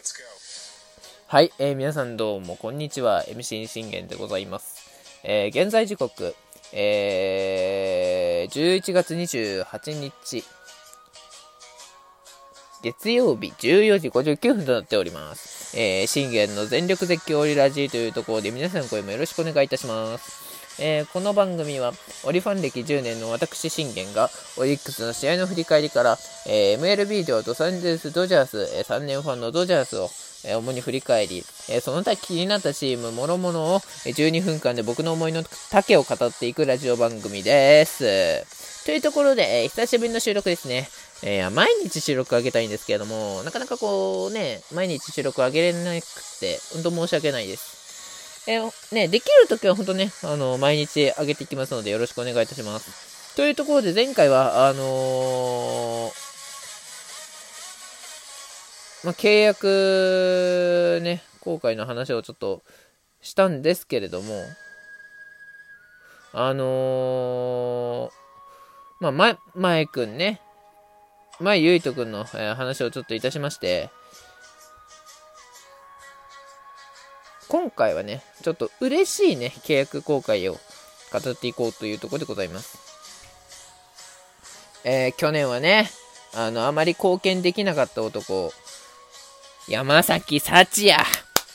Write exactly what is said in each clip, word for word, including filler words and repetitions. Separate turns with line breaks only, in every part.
はい、えー、皆さんどうもこんにちは。 エムシー 信玄でございます。えー、現在時刻、えー、じゅういちがつにじゅうはちにち月曜日じゅうよじごじゅうきゅうふんとなっております。えー、信玄の全力絶叫オリラジーというところで皆さん声もよろしくお願いいたします。えー、この番組はオリファン歴じゅうねんの私信玄がオリックスの試合の振り返りから、えー、エムエルビー ではロサンゼルスドジャース、えー、さんねんファンのドジャースを、えー、主に振り返り、えー、その他気になったチームもろもろをじゅうにふんかんで僕の思いの丈を語っていくラジオ番組です。というところで、えー、久しぶりの収録ですね。えー、毎日収録上げたいんですけれども、なかなかこうね、毎日収録上げれなくて、本当申し訳ないです。えー、ね、できるときは本当ね、あの、毎日上げていきますのでよろしくお願いいたします。というところで前回は、あのー、まあ、契約ね、公開の話をちょっとしたんですけれども、あのー、まあ、ま、前くんね、前ゆいとくんの、えー、話をちょっといたしまして、今回はね、ちょっと嬉しいね、契約公開を語っていこうというところでございます。えー、去年はね、あの、あまり貢献できなかった男、山崎幸也。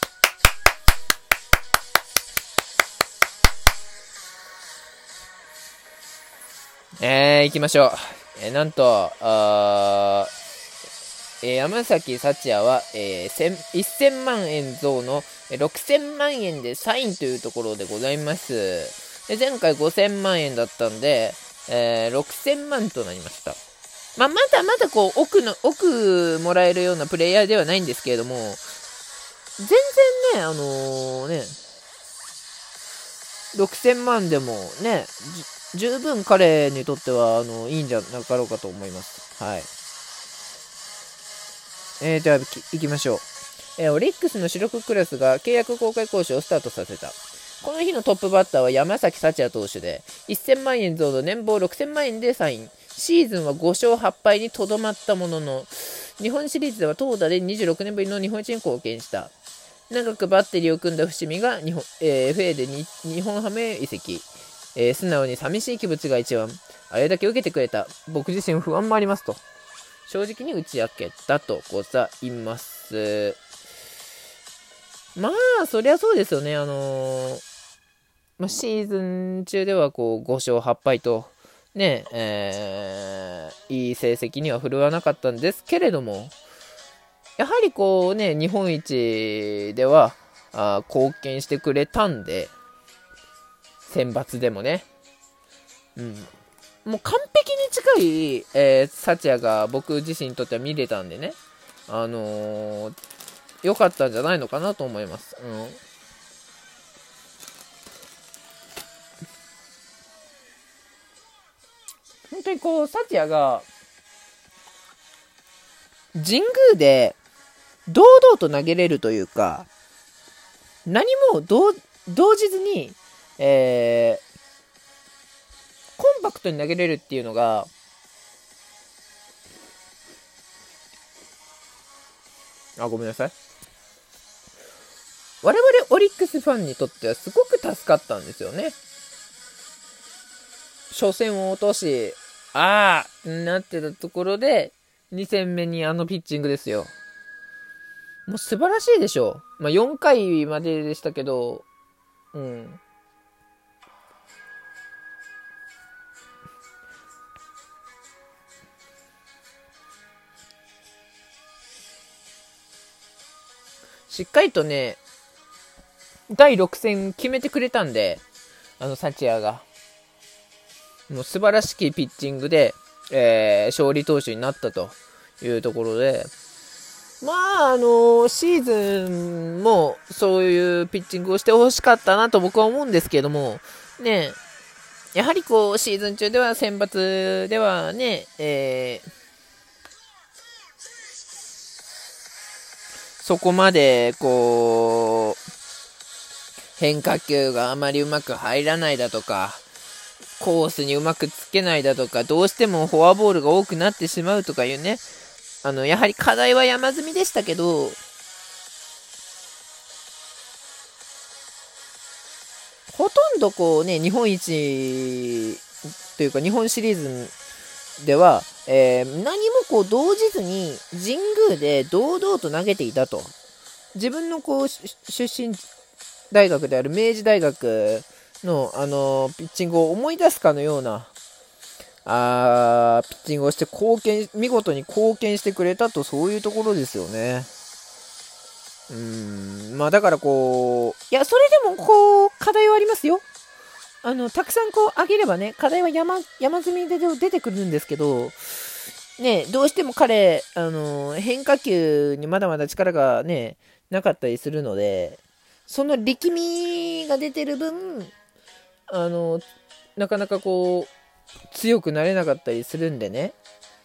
えー、行きましょう。えー、なんと、あえー、山崎幸也は、えー、せんまんえん増のろくせんまんえんでサインというところでございます。で前回ごせんまんえんだったんで、えー、ろくせんまんとなりました。まあ、まだまだこう奥の奥もらえるようなプレイヤーではないんですけれども、全然ね、あのー、ね、ろくせんまんでもね、十分彼にとってはあのいいんじゃなかろうかと思います。はい。えー、では行きましょう。えー、オリックスの主力クラスが契約公開交渉をスタートさせた。この日のトップバッターは山崎幸也投手で、せんまんえん増の年俸ろくせんまんえんでサイン。シーズンはごしょうはっぱいにとどまったものの、日本シリーズでは投打でにじゅうろくねんぶりの日本一に貢献した。長くバッテリーを組んだ伏見が日本、えー、エフエー でに日本ハムへ移籍。えー、素直に寂しい気持ちが一番。あれだけ受けてくれた。僕自身不安もありますと。正直に打ち明けたとございます。まあ、そりゃそうですよね。あのー、まあ、シーズン中ではこうごしょうはっぱいと、ね、えー、いい成績には振るわなかったんですけれども、やはりこうね、日本一ではあ貢献してくれたんで、選抜でもね、うん、もう完璧に近い、えー、幸也が僕自身にとっては見れたんでね、あのー、良かったんじゃないのかなと思います。うん、本当にこう、幸也が神宮で堂々と投げれるというか、何も動じずに、えー、コンパクトに投げれるっていうのが、あ、ごめんなさい。我々オリックスファンにとってはすごく助かったんですよね。初戦を落とし、あーなってたところで、に戦目にあのピッチングですよ。もう素晴らしいでしょう。まあ、よんかいまででしたけど、うん。しっかりとね、だいろく戦決めてくれたんで、あの、幸也が。もう素晴らしきピッチングで、えー、勝利投手になったというところで、まあ、あのー、シーズンもそういうピッチングをしてほしかったなと僕は思うんですけども、ね、やはりこう、シーズン中では選抜ではね、えー、そこまでこう、変化球があまりうまく入らないだとか、コースにうまくつけないだとか、どうしてもフォアボールが多くなってしまうとかいうね、あの、やはり課題は山積みでしたけど、 何度こうね、日本一というか日本シリーズでは、えー、何もこう動じずに神宮で堂々と投げていたと。自分のこう出身大学である明治大学の、あのー、ピッチングを思い出すかのようなあーピッチングをして貢献見事に貢献してくれたと、そういうところですよね。うーんまあだからこういやそれでもこう課題はありますよ。あのたくさんこう上げればね、課題は山山積みで出てくるんですけどね、どうしても彼あの変化球にまだまだ力がねなかったりするので、その力みが出てる分あのなかなかこう強くなれなかったりするんでね。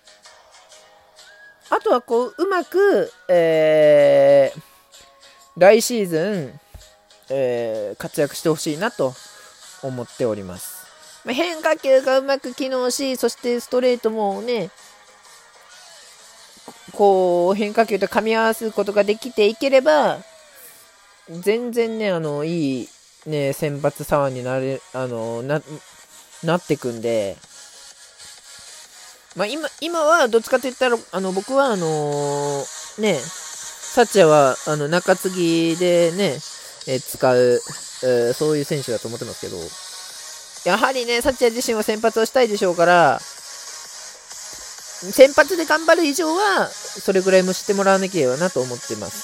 あとはこううまく、えー、来シーズン、えー、活躍してほしいなと思っております。変化球がうまく機能し、そしてストレートもねこう変化球と噛み合わすことができていければ、全然ねあのいいね先発左腕になれあのななってくんで、まあ、今今はどっちかといったらあの僕はあのー、ねサチヤはあの中継ぎでね、え使う、えー、そういう選手だと思ってますけど、やはりねサチヤ自身は先発をしたいでしょうから、先発で頑張る以上はそれぐらいもしてもらわなければなと思ってます。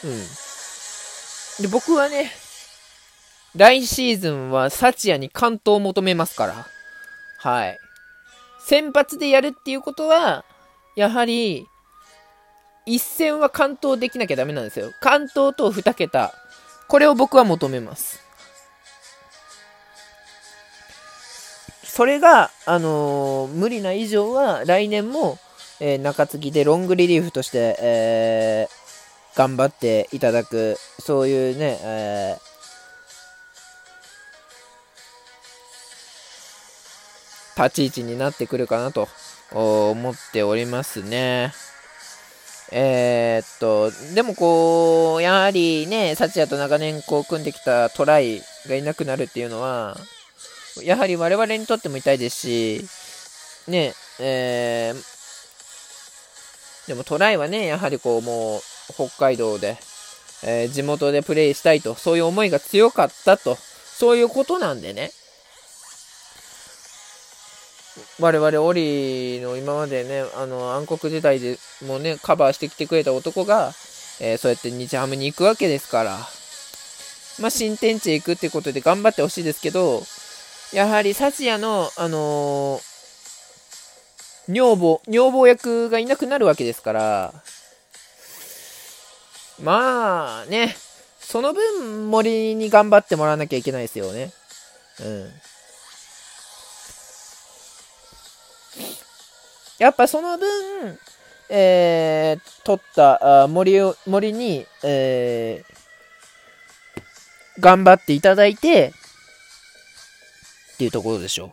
うん。で僕はね来シーズンはサチヤに完投を求めますから、はい。先発でやるっていうことはやはり一戦は完投できなきゃダメなんですよ。完投とに桁、これを僕は求めます。それが、あのー、無理な以上は来年も、えー、中継ぎでロングリリーフとして、えー、頑張っていただく、そういうね、えー、立ち位置になってくるかなと思っておりますね。えー、っとでもこうやはりねサチヤと長年こう組んできたトライがいなくなるっていうのはやはり我々にとっても痛いですしね、えー、でもトライはねやはりこうもう北海道で、えー、地元でプレーしたいと、そういう思いが強かったと、そういうことなんでね、我々オリの今までねあの暗黒時代でもねカバーしてきてくれた男が、えー、そうやって日ハムに行くわけですから、まあ新天地へ行くってことで頑張ってほしいですけど、やはりサチヤのあのー、女房女房役がいなくなるわけですから、まあねその分森に頑張ってもらわなきゃいけないですよね。うんやっぱその分、えー、取ったあ森を森に、えー、頑張っていただいてっていうところでしょ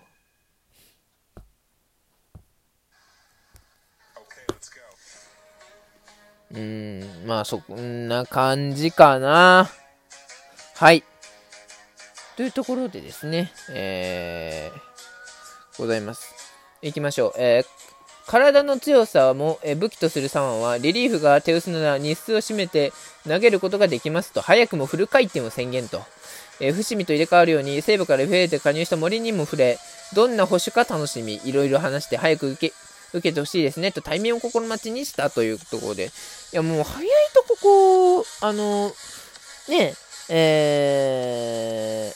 う。うーんまあそんな感じかな。はいというところでですね、えー、ございます。いきましょう。えー体の強さも武器とする左腕はリリーフが手薄なら日数を占めて投げることができますと、早くもフル回転を宣言と、えー、伏見と入れ替わるように西部から エフエー で加入した森にも触れ、どんな保守か楽しみ、いろいろ話して早く受け受けてほしいですねと対面を心待ちにしたというところで、いやもう早いとここあのねえー、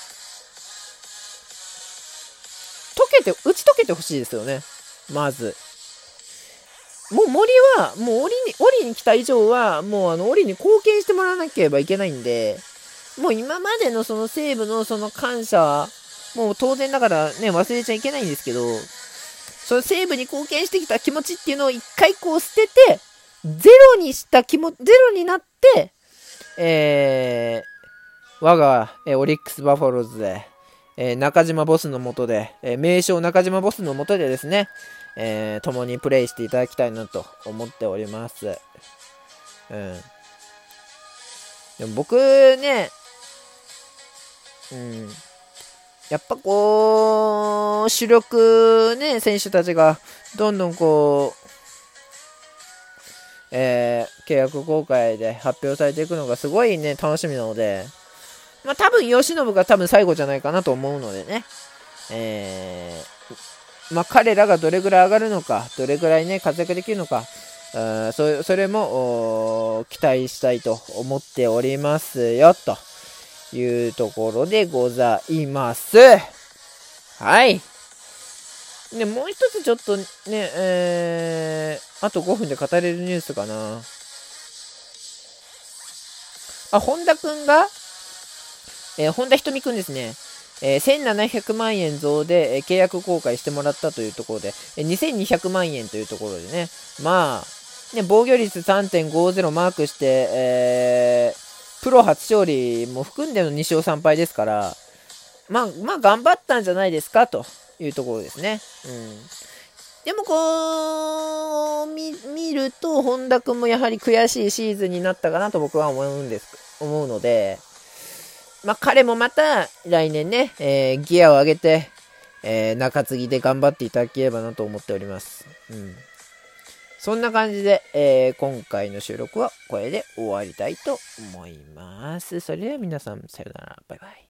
溶けて打ち解けてほしいですよね。まずもう森はもう折に折に来た以上はもうあの折に貢献してもらわなければいけないんで、もう今までのその西武のその感謝はもう当然だからね忘れちゃいけないんですけど、その西武に貢献してきた気持ちっていうのを一回こう捨ててゼロにした気持ちゼロになって、えー、我が、えー、オリックスバファローズで、えー、中島ボスの下で、えー、名将中島ボスの下でですね、えー、共にプレイしていただきたいなと思っております。うん。でも僕ね、 うん。やっぱこう、主力ね、選手たちが、どんどんこう、えー、契約更改で発表されていくのがすごいね、楽しみなので、まあ多分、吉信が多分最後じゃないかなと思うのでね、えー、まあ彼らがどれぐらい上がるのか、どれぐらいね、活躍できるのか、あそそれも期待したいと思っておりますよ、というところでございます。はい。で、もう一つちょっとね、えー、あとごふんで語れるニュースかな。あ、本田くんが、えー、本田瞳くんですね。えー、せんななひゃくまんえん増で、えー、契約更改してもらったというところで、えー、にせんにひゃくまんえんというところでね、まあ、ね、防御率 さんてんごゼロ マークして、えー、プロ初勝利も含んでのに勝さん敗ですから、まあ、まあ、頑張ったんじゃないですか、というところですね。うん。でもこう、見、見ると、本田君もやはり悔しいシーズンになったかなと僕は思うんです、思うので、まあ彼もまた来年ね、えー、ギアを上げて、えー、中継ぎで頑張っていただければなと思っております。うん。そんな感じで、えー、今回の収録はこれで終わりたいと思います。それでは皆さん、さよなら。バイバイ。